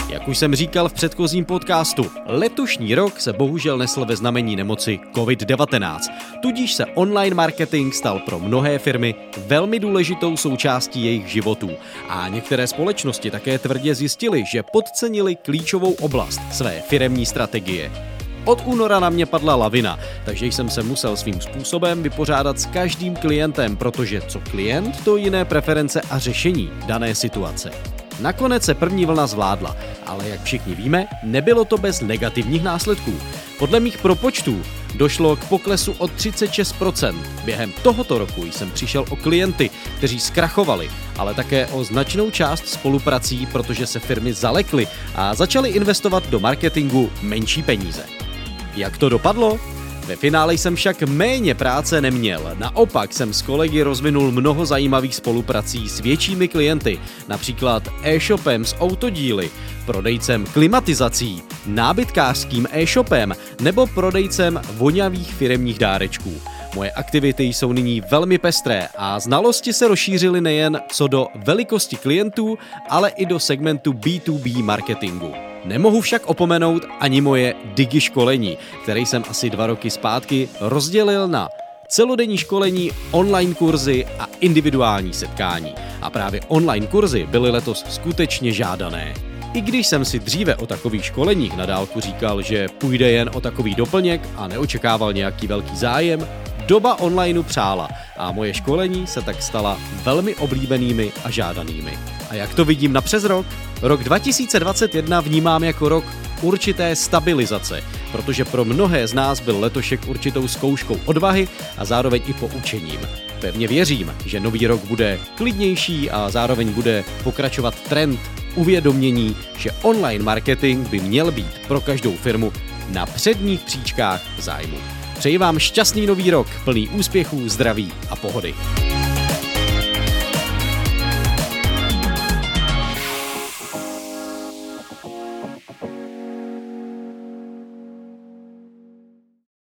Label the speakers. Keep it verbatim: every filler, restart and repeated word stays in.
Speaker 1: Jak už jsem říkal v předchozím podcastu, letošní rok se bohužel nesl ve znamení nemoci covid devatenáct, tudíž se online marketing stal pro mnohé firmy velmi důležitou součástí jejich životů. A některé společnosti také tvrdě zjistily, že podcenili klíčovou oblast své firemní strategie. Od února na mě padla lavina, takže jsem se musel svým způsobem vypořádat s každým klientem, protože co klient, to jiné preference a řešení dané situace. Nakonec se první vlna zvládla, ale jak všichni víme, nebylo to bez negativních následků. Podle mých propočtů došlo k poklesu o třicet šest procent. Během tohoto roku jsem přišel o klienty, kteří zkrachovali, ale také o značnou část spoluprací, protože se firmy zalekly a začaly investovat do marketingu menší peníze. Jak to dopadlo? Ve finále jsem však méně práce neměl. Naopak jsem s kolegy rozvinul mnoho zajímavých spoluprací s většími klienty, například e-shopem s autodíly, prodejcem klimatizací, nábytkářským e-shopem nebo prodejcem vonavých firemních dárečků. Moje aktivity jsou nyní velmi pestré a znalosti se rozšířily nejen co do velikosti klientů, ale i do segmentu bé dvě bé marketingu. Nemohu však opomenout ani moje digi školení, které jsem asi dva roky zpátky rozdělil na celodenní školení, online kurzy a individuální setkání. A právě online kurzy byly letos skutečně žádané. I když jsem si dříve o takových školeních na dálku říkal, že půjde jen o takový doplněk a neočekával nějaký velký zájem, doba onlineu přála a moje školení se tak stala velmi oblíbenými a žádanými. A jak to vidím na přes rok? Rok dva tisíce dvacet jedna vnímám jako rok určité stabilizace, protože pro mnohé z nás byl letošek určitou zkouškou odvahy a zároveň i poučením. Pevně věřím, že nový rok bude klidnější a zároveň bude pokračovat trend uvědomění, že online marketing by měl být pro každou firmu na předních příčkách zájmu. Přeji vám šťastný nový rok, plný úspěchů, zdraví a pohody.